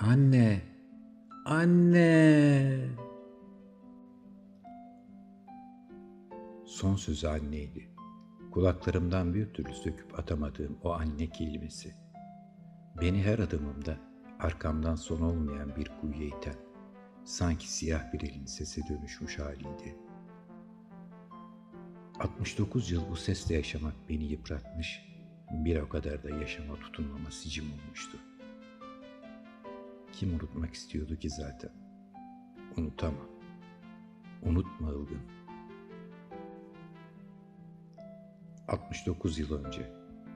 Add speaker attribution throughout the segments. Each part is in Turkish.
Speaker 1: Anne, anne. Son sözü anneydi. Kulaklarımdan bir türlü söküp atamadığım o anne kelimesi. Beni her adımımda arkamdan son olmayan bir kuyuya iten, sanki siyah bir elin sese dönüşmüş haliydi. 69 yıl bu sesle yaşamak beni yıpratmış, bir o kadar da yaşama tutunmama sicim olmuştu. Kim unutmak istiyordu ki zaten? Unutamam. Unutma Ilgın. 69 yıl önce.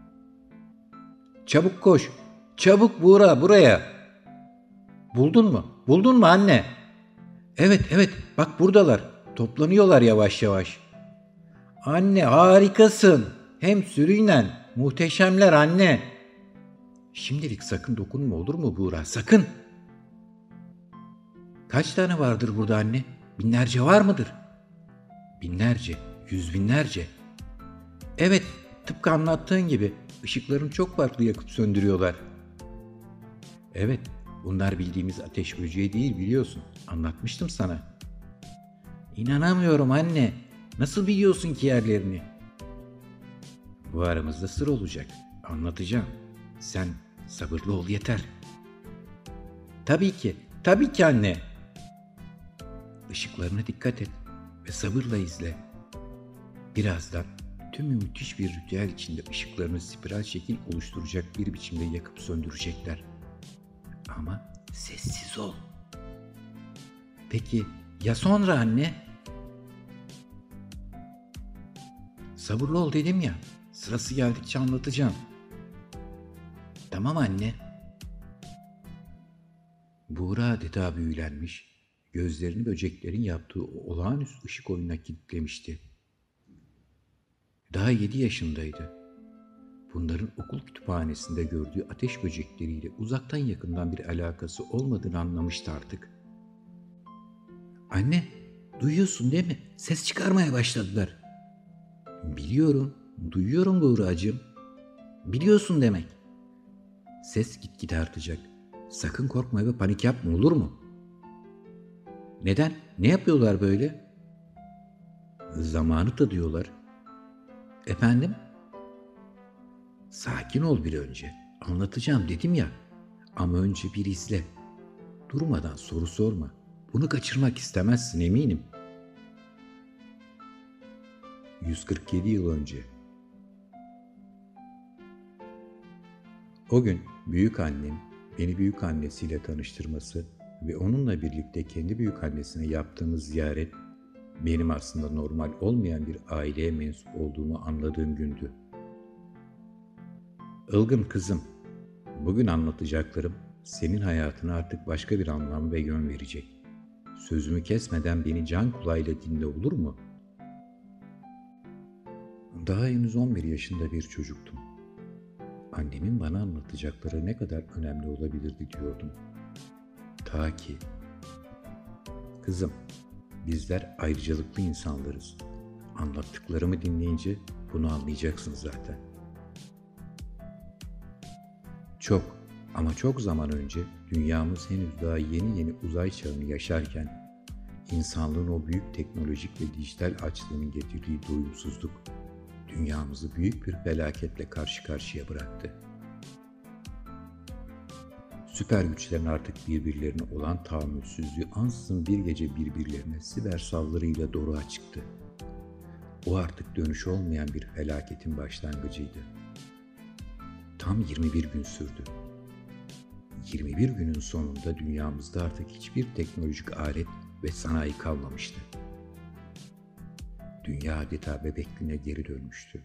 Speaker 1: Çabuk koş. Çabuk Buğra buraya. Buldun mu? Buldun mu anne? Evet bak buradalar. Toplanıyorlar yavaş yavaş. Anne harikasın. Hem sürüyle. Muhteşemler anne. Şimdilik sakın dokunma olur mu Buğra? Sakın. Kaç tane vardır burada anne? Binlerce var mıdır? Binlerce, yüz binlerce. Evet, tıpkı anlattığın gibi ışıklarını çok farklı yakıp söndürüyorlar. Evet, bunlar bildiğimiz ateş böceği değil biliyorsun. Anlatmıştım sana. İnanamıyorum anne. Nasıl biliyorsun ki yerlerini? Bu aramızda sır olacak. Anlatacağım. Sen sabırlı ol yeter. Tabii ki anne. Işıklarına dikkat et ve sabırla izle. Birazdan tüm müthiş bir ritüel içinde ışıklarını spiral şekil oluşturacak bir biçimde yakıp söndürecekler. Ama sessiz ol. Peki ya sonra anne? Sabırlı ol dedim ya. Sırası geldikçe anlatacağım. Tamam anne. Buğra adeta büyülenmiş, gözlerini böceklerin yaptığı o olağanüstü ışık oyununa kilitlemişti. Daha 7 yaşındaydı. Bunların okul kütüphanesinde gördüğü ateş böcekleriyle uzaktan yakından bir alakası olmadığını anlamıştı artık. Anne, duyuyorsun değil mi? Ses çıkarmaya başladılar. Duyuyorum Buğracığım. Biliyorsun demek. Ses gitgide artacak. Sakın korkma ve panik yapma olur mu? Neden? Ne yapıyorlar böyle? Zamanı tadıyorlar. Efendim? Sakin ol bir önce. Anlatacağım dedim ya. Ama önce bir izle. Durmadan soru sorma. Bunu kaçırmak istemezsin eminim. 147 yıl önce. O gün büyük annem beni büyük annesiyle tanıştırması ve onunla birlikte kendi büyük annesine yaptığımız ziyaret benim aslında normal olmayan bir aileye mensup olduğumu anladığım gündü. Ilgın kızım, bugün anlatacaklarım senin hayatına artık başka bir anlam ve yön verecek. Sözümü kesmeden beni can kulağıyla dinle olur mu? Daha henüz 11 yaşında bir çocuktum. Annemin bana anlatacakları ne kadar önemli olabilirdi diyordum. Ta ki, kızım, bizler ayrıcalıklı insanlarız. Anlattıklarımı dinleyince bunu anlayacaksın zaten. Çok ama çok zaman önce dünyamız henüz daha yeni uzay çağını yaşarken insanlığın o büyük teknolojik ve dijital açlığının getirdiği doyumsuzluk dünyamızı büyük bir felaketle karşı karşıya bıraktı. Süper güçlerin artık birbirlerine olan tahammülsüzlüğü ansızın bir gece birbirlerine siber saldırıyla doruğa çıktı. O artık dönüşü olmayan bir felaketin başlangıcıydı. Tam 21 gün sürdü. 21 günün sonunda dünyamızda artık hiçbir teknolojik alet ve sanayi kalmamıştı. Dünya adeta bebekliğine geri dönmüştü.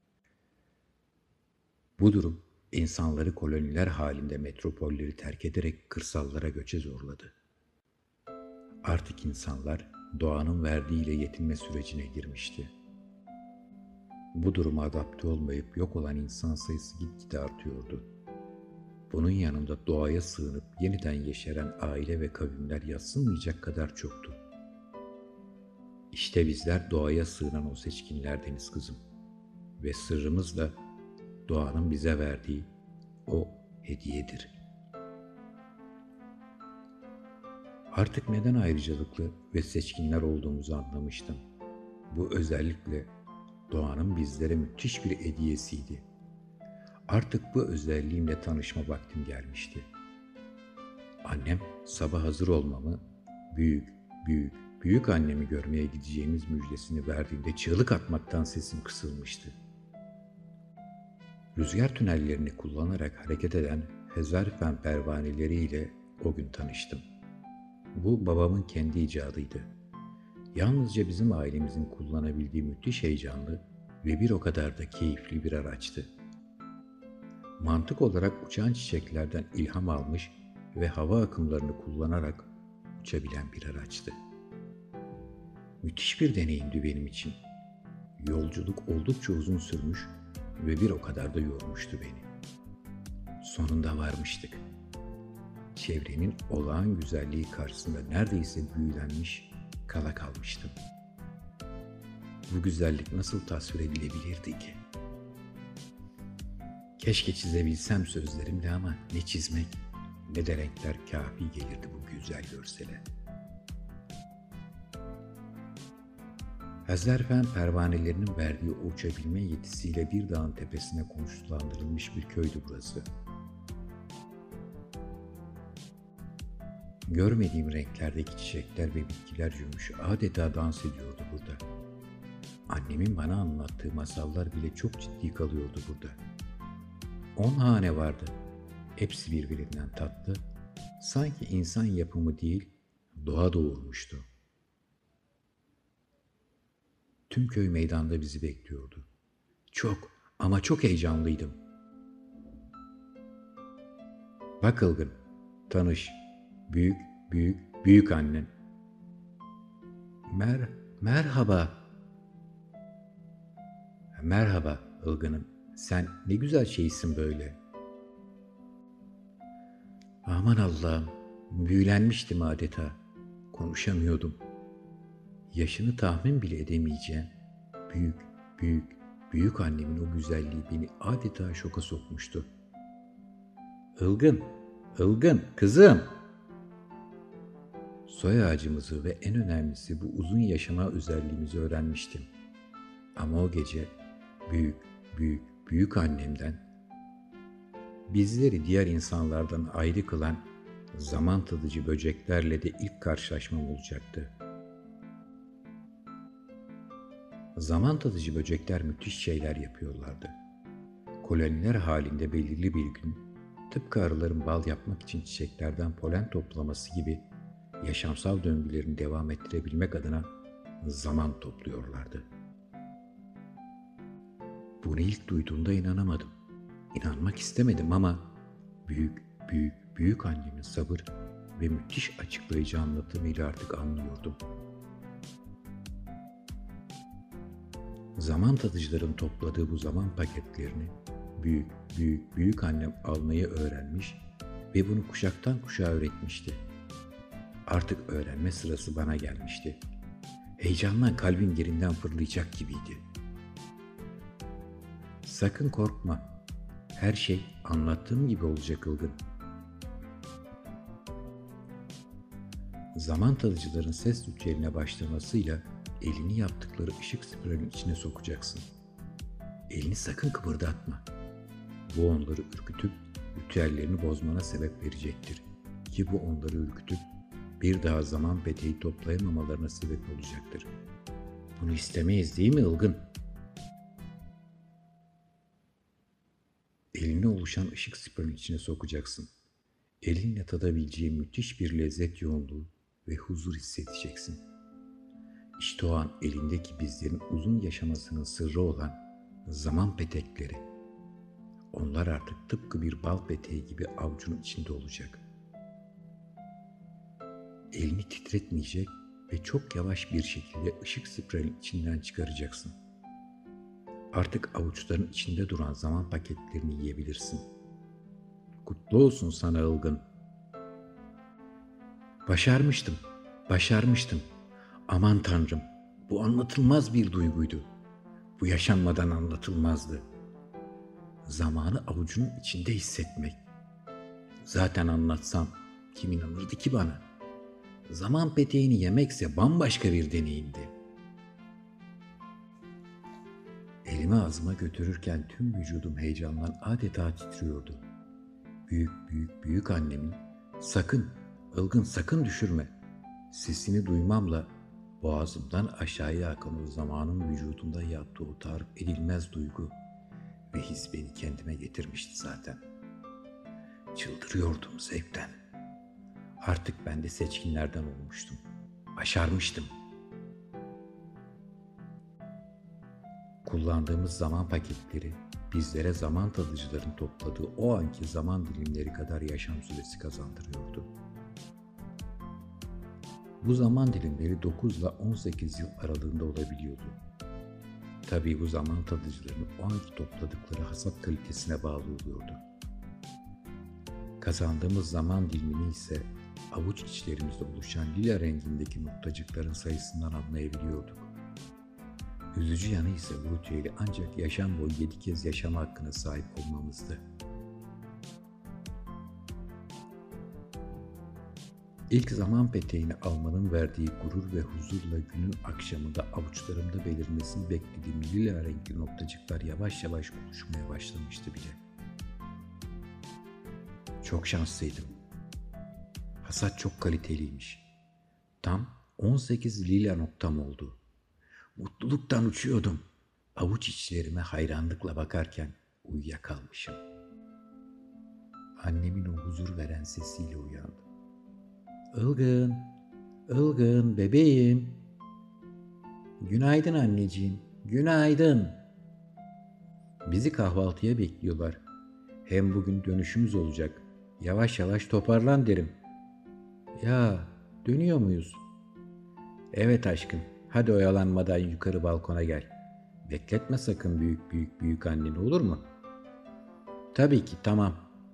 Speaker 1: Bu durum insanları koloniler halinde metropolleri terk ederek kırsallara göçe zorladı. Artık insanlar doğanın verdiğiyle yetinme sürecine girmişti. Bu duruma adapte olmayıp yok olan insan sayısı gitgide artıyordu. Bunun yanında doğaya sığınıp yeniden yeşeren aile ve kavimler yadsınmayacak kadar çoktu. İşte bizler doğaya sığınan o seçkinlerdeniz kızım. Ve sırrımız da doğanın bize verdiği o hediyedir. Artık neden ayrıcalıklı ve seçkinler olduğumuzu anlamıştım. Bu özellikle doğanın bizlere müthiş bir hediyesiydi. Artık bu özelliğimle tanışma vaktim gelmişti. Annem sabah hazır olmamı, büyük, büyük annemi görmeye gideceğimiz müjdesini verdiğinde çığlık atmaktan sesim kısılmıştı. Rüzgar tünellerini kullanarak hareket eden hezarfen pervaneleriyle o gün tanıştım. Bu babamın kendi icadıydı. Yalnızca bizim ailemizin kullanabildiği müthiş heyecanlı ve bir o kadar da keyifli bir araçtı. Mantık olarak uçan çiçeklerden ilham almış ve hava akımlarını kullanarak uçabilen bir araçtı. Müthiş bir deneyimdi benim için. Yolculuk oldukça uzun sürmüş ve bir o kadar da yormuştu beni. Sonunda varmıştık. Çevrenin olağan güzelliği karşısında neredeyse büyülenmiş, kala kalmıştım. Bu güzellik nasıl tasvir edilebilirdi ki? Keşke çizebilsem sözlerimle ama ne çizmek ne de renkler kafi gelirdi bu güzel görsele. Hezarfen pervanelerinin verdiği uçabilme yetisiyle bir dağın tepesine konuşlandırılmış bir köydü burası. Görmediğim renklerdeki çiçekler ve bitkiler cümbüşü adeta dans ediyordu burada. Annemin bana anlattığı masallar bile çok ciddi kalıyordu burada. 10 hane vardı. Hepsi birbirinden tatlı, sanki insan yapımı değil, doğa doğurmuştu. Tüm köy meydanda bizi bekliyordu. Çok ama çok heyecanlıydım. Bak Ilgın, tanış, büyük annen. Merhaba. Merhaba Ilgın'ım, sen ne güzel şeysin böyle. Aman Allah'ım, büyülenmiştim adeta, konuşamıyordum. Yaşını tahmin bile edemeyeceğim büyük annemin o güzelliği beni adeta şoka sokmuştu. Ilgın, kızım. Soy ağacımızı ve en önemlisi bu uzun yaşama özelliğimizi öğrenmiştim. Ama o gece büyük annemden, bizleri diğer insanlardan ayrı kılan zaman tadıcı böceklerle de ilk karşılaşmam olacaktı. Zaman tadıcı böcekler müthiş şeyler yapıyorlardı. Koloniler halinde belirli bir gün, tıpkı arıların bal yapmak için çiçeklerden polen toplaması gibi yaşamsal döngülerini devam ettirebilmek adına zaman topluyorlardı. Bunu ilk duyduğumda inanamadım. İnanmak istemedim ama büyük annemin sabır ve müthiş açıklayıcı anlatımıyla artık anlıyordum. Zaman tadıcıların topladığı bu zaman paketlerini büyük annem almayı öğrenmiş ve bunu kuşaktan kuşağa öğretmişti. Artık öğrenme sırası bana gelmişti. Heyecandan kalbim yerinden fırlayacak gibiydi. Sakın korkma. Her şey anlattığım gibi olacak Ilgın. Zaman tadıcıların ses ritüeline başlamasıyla elini yaptıkları ışık spiralinin içine sokacaksın. Elini sakın kıpırdatma. Bu onları ürkütüp ritüellerini bozmana sebep verecektir. Ki bu onları ürkütüp bir daha zaman peteği toplayamamalarına sebep olacaktır. Bunu istemeyiz değil mi Ilgın? Elini oluşan ışık spiralinin içine sokacaksın. Elinle tadabileceğin müthiş bir lezzet yoğunluğu ve huzur hissedeceksin. İşte o an elindeki bizlerin uzun yaşamasının sırrı olan zaman petekleri. Onlar artık tıpkı bir bal peteği gibi avucunun içinde olacak. Elini titretmeyecek ve çok yavaş bir şekilde ışık spiralinin içinden çıkaracaksın. Artık avuçların içinde duran zaman paketlerini yiyebilirsin. Kutlu olsun sana Ilgın. Başarmıştım. Aman Tanrım, bu anlatılmaz bir duyguydu. Bu yaşanmadan anlatılmazdı. Zamanı avucunun içinde hissetmek. Zaten anlatsam kim inanırdı ki bana? Zaman peteğini yemekse bambaşka bir deneyimdi. Elimi ağzıma götürürken tüm vücudum heyecandan adeta titriyordu. Büyük büyük büyük annemin sakın, Ilgın sakın düşürme sesini duymamla boğazımdan aşağıya akan o zamanın vücudumda yattığı o tarif edilmez duygu ve his beni kendime getirmişti zaten. Çıldırıyordum zevkten. Artık ben de seçkinlerden olmuştum. Başarmıştım. Kullandığımız zaman paketleri bizlere zaman tadıcıların topladığı o anki zaman dilimleri kadar yaşam süresi kazandırıyordu. Bu zaman dilimleri 9 ile 18 yıl aralığında olabiliyordu. Tabii bu zaman tadıcılarının o anki topladıkları hasat kalitesine bağlı oluyordu. Kazandığımız zaman dilimini ise avuç içlerimizde oluşan lila rengindeki noktacıkların sayısından anlayabiliyorduk. Üzücü yanı ise bu ritüeli ancak yaşam boyu 7 kez yaşama hakkına sahip olmamızdı. İlk zaman peteğini almanın verdiği gurur ve huzurla günün akşamında avuçlarımda belirmesini beklediğim lila renkli noktacıklar yavaş yavaş oluşmaya başlamıştı bile. Çok şanslıydım. Hasat çok kaliteliymiş. Tam 18 lila noktam oldu. Mutluluktan uçuyordum. Avuç içlerime hayranlıkla bakarken uyuyakalmışım. Annemin o huzur veren sesiyle uyandım. Ilgın, Ilgın bebeğim. Günaydın anneciğim, günaydın. Bizi kahvaltıya bekliyorlar. Hem bugün dönüşümüz olacak. Yavaş yavaş toparlan derim. Ya, dönüyor muyuz? Evet aşkım, hadi oyalanmadan yukarı balkona gel. Bekletme sakın büyük anneni, olur mu? Tabii ki, tamam.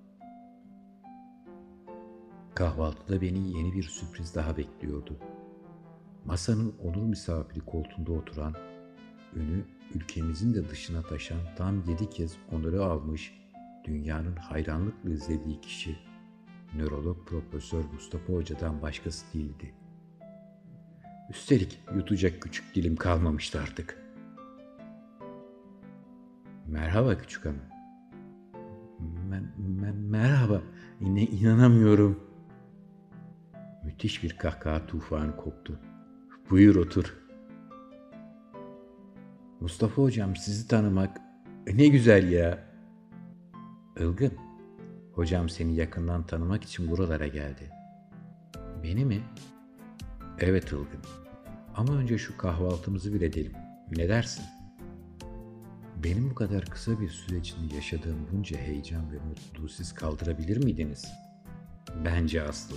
Speaker 1: Kahvaltıda beni yeni bir sürpriz daha bekliyordu. Masanın onur misafiri koltuğunda oturan, önü ülkemizin de dışına taşan tam 7 kez onuru almış, dünyanın hayranlıkla izlediği kişi, nörolog Profesör Mustafa Hoca'dan başkası değildi. Üstelik yutacak küçük dilim kalmamıştı artık. Merhaba küçük hanım. Merhaba, inanamıyorum. Müthiş bir kahkaha tufanı koptu. Buyur otur. Mustafa hocam, sizi tanımak ne güzel ya. Ilgın, hocam seni yakından tanımak için buralara geldi. Beni mi? Evet Ilgın. Ama önce şu kahvaltımızı bir edelim. Ne dersin? Benim bu kadar kısa bir süre içinde yaşadığım bunca heyecan ve mutluluğu siz kaldırabilir miydiniz? Bence asla.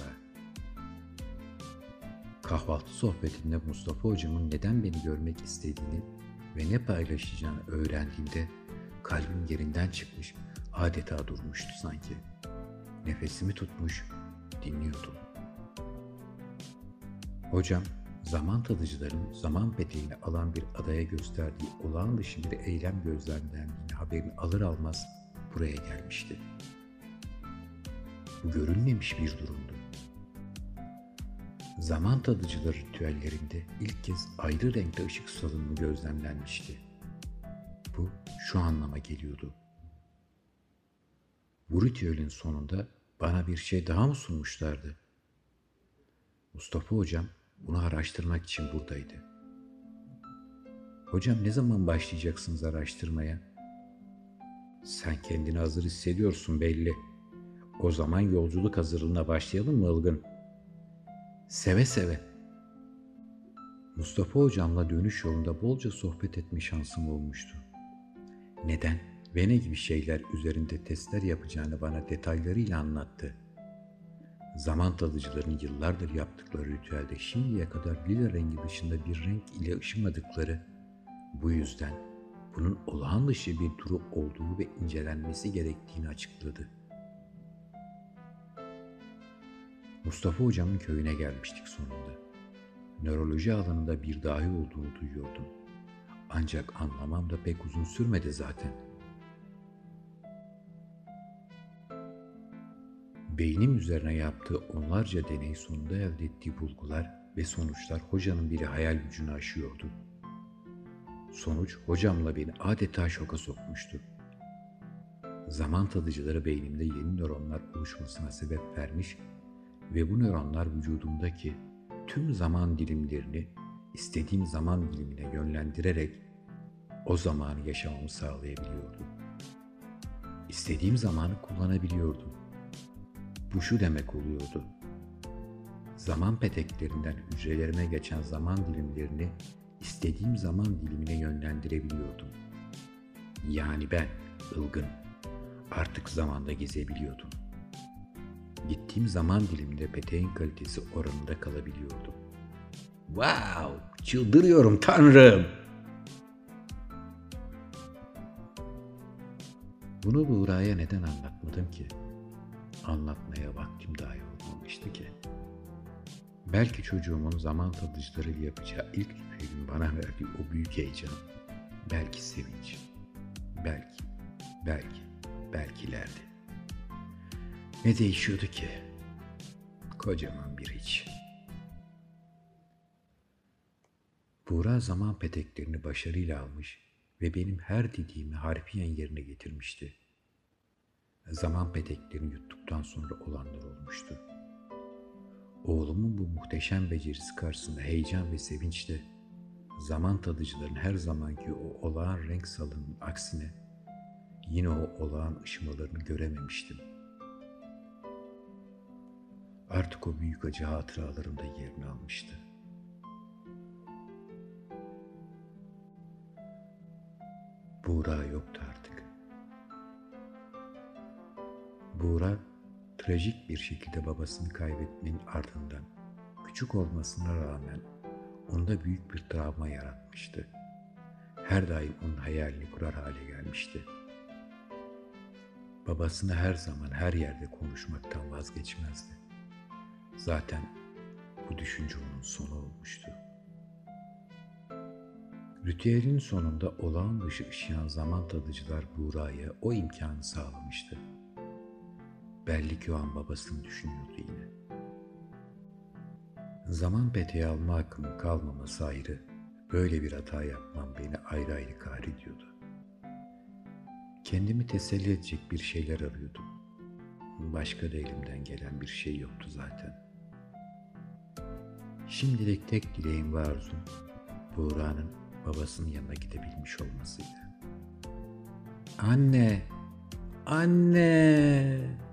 Speaker 1: Kahvaltı sohbetinde Mustafa hocamın neden beni görmek istediğini ve ne paylaşacağını öğrendiğimde kalbim yerinden çıkmış, adeta durmuştu sanki. Nefesimi tutmuş, dinliyordum. Hocam, zaman tadıcıların zaman peteğini alan bir adaya gösterdiği olağan dışı bir eylem gözlemlendiğini haberini alır almaz buraya gelmişti. Bu görülmemiş bir durumdu. Zaman tadıcıları ritüellerinde ilk kez ayrı renkte ışık salınımı gözlemlenmişti. Bu şu anlama geliyordu. Bu ritüelin sonunda bana bir şey daha mı sunmuşlardı? Mustafa hocam bunu araştırmak için buradaydı. Hocam ne zaman başlayacaksınız araştırmaya? Sen kendini hazır hissediyorsun belli. O zaman yolculuk hazırlığına başlayalım mı Ilgın? Seve seve. Mustafa hocamla dönüş yolunda bolca sohbet etme şansım olmuştu. Neden ve ne gibi şeyler üzerinde testler yapacağını bana detaylarıyla anlattı. Zaman tadıcılarının yıllardır yaptıkları ritüelde şimdiye kadar lila rengi dışında bir renk ile ışımadıkları, bu yüzden bunun olağan dışı bir durum olduğu ve incelenmesi gerektiğini açıkladı. Mustafa hocamın köyüne gelmiştik sonunda. Nöroloji alanında bir dahi olduğunu duyuyordum. Ancak anlamam da pek uzun sürmedi zaten. Beynim üzerine yaptığı onlarca deney sonunda elde ettiği bulgular ve sonuçlar hocanın biri hayal gücünü aşıyordu. Sonuç hocamla beni adeta şoka sokmuştu. Zaman tadıcıları beynimde yeni nöronlar oluşmasına sebep vermiş ve bu nöronlar vücudumdaki tüm zaman dilimlerini istediğim zaman dilimine yönlendirerek o zamanı yaşamamı sağlayabiliyordu. İstediğim zamanı kullanabiliyordum. Bu şu demek oluyordu: zaman peteklerinden hücrelerime geçen zaman dilimlerini istediğim zaman dilimine yönlendirebiliyordum. Yani ben, Ilgın, artık zamanda gezebiliyordum. Gittiğim zaman diliminde peteğin kalitesi oranında kalabiliyordum. Wow! Çıldırıyorum Tanrım! Bunu Buğra'ya neden anlatmadım ki? Anlatmaya vaktim dahi olmamıştı ki. Belki çocuğumun zaman tadıcılarıyla yapacağı ilk filmin bana verdiği o büyük heyecan, belki sevinç, belkilerdi. Ne değişiyordu ki? Kocaman bir hiç. Buğra zaman peteklerini başarıyla almış ve benim her dediğimi harfiyen yerine getirmişti. Zaman peteklerini yuttuktan sonra olanlar olmuştu. Oğlumun bu muhteşem becerisi karşısında heyecan ve sevinçle zaman tadıcıların her zamanki o olağan renk salımının aksine yine o olağan ışımalarını görememiştim. Artık o büyük acı hatıralarımda yerini almıştı. Buğra yoktu artık. Buğra, trajik bir şekilde babasını kaybetmenin ardından küçük olmasına rağmen onda büyük bir travma yaratmıştı. Her daim onun hayalini kurar hale gelmişti. Babasını her zaman her yerde konuşmaktan vazgeçmezdi. Zaten bu düşünce onun sonu olmuştu. Ritüelin sonunda olağan dışı ışıyan zaman tadıcılar Buğra'ya o imkanı sağlamıştı. Belli ki o an babasını düşünüyordu yine. Zaman peteği alma hakkımın kalmaması ayrı, böyle bir hata yapmam beni ayrı ayrı kahrediyordu. Kendimi teselli edecek bir şeyler arıyordum. Başka da elimden gelen bir şey yoktu zaten. Şimdilik tek dileğim ve arzum Buğra'nın babasının yanına gidebilmiş olmasıydı. Anne! Anne!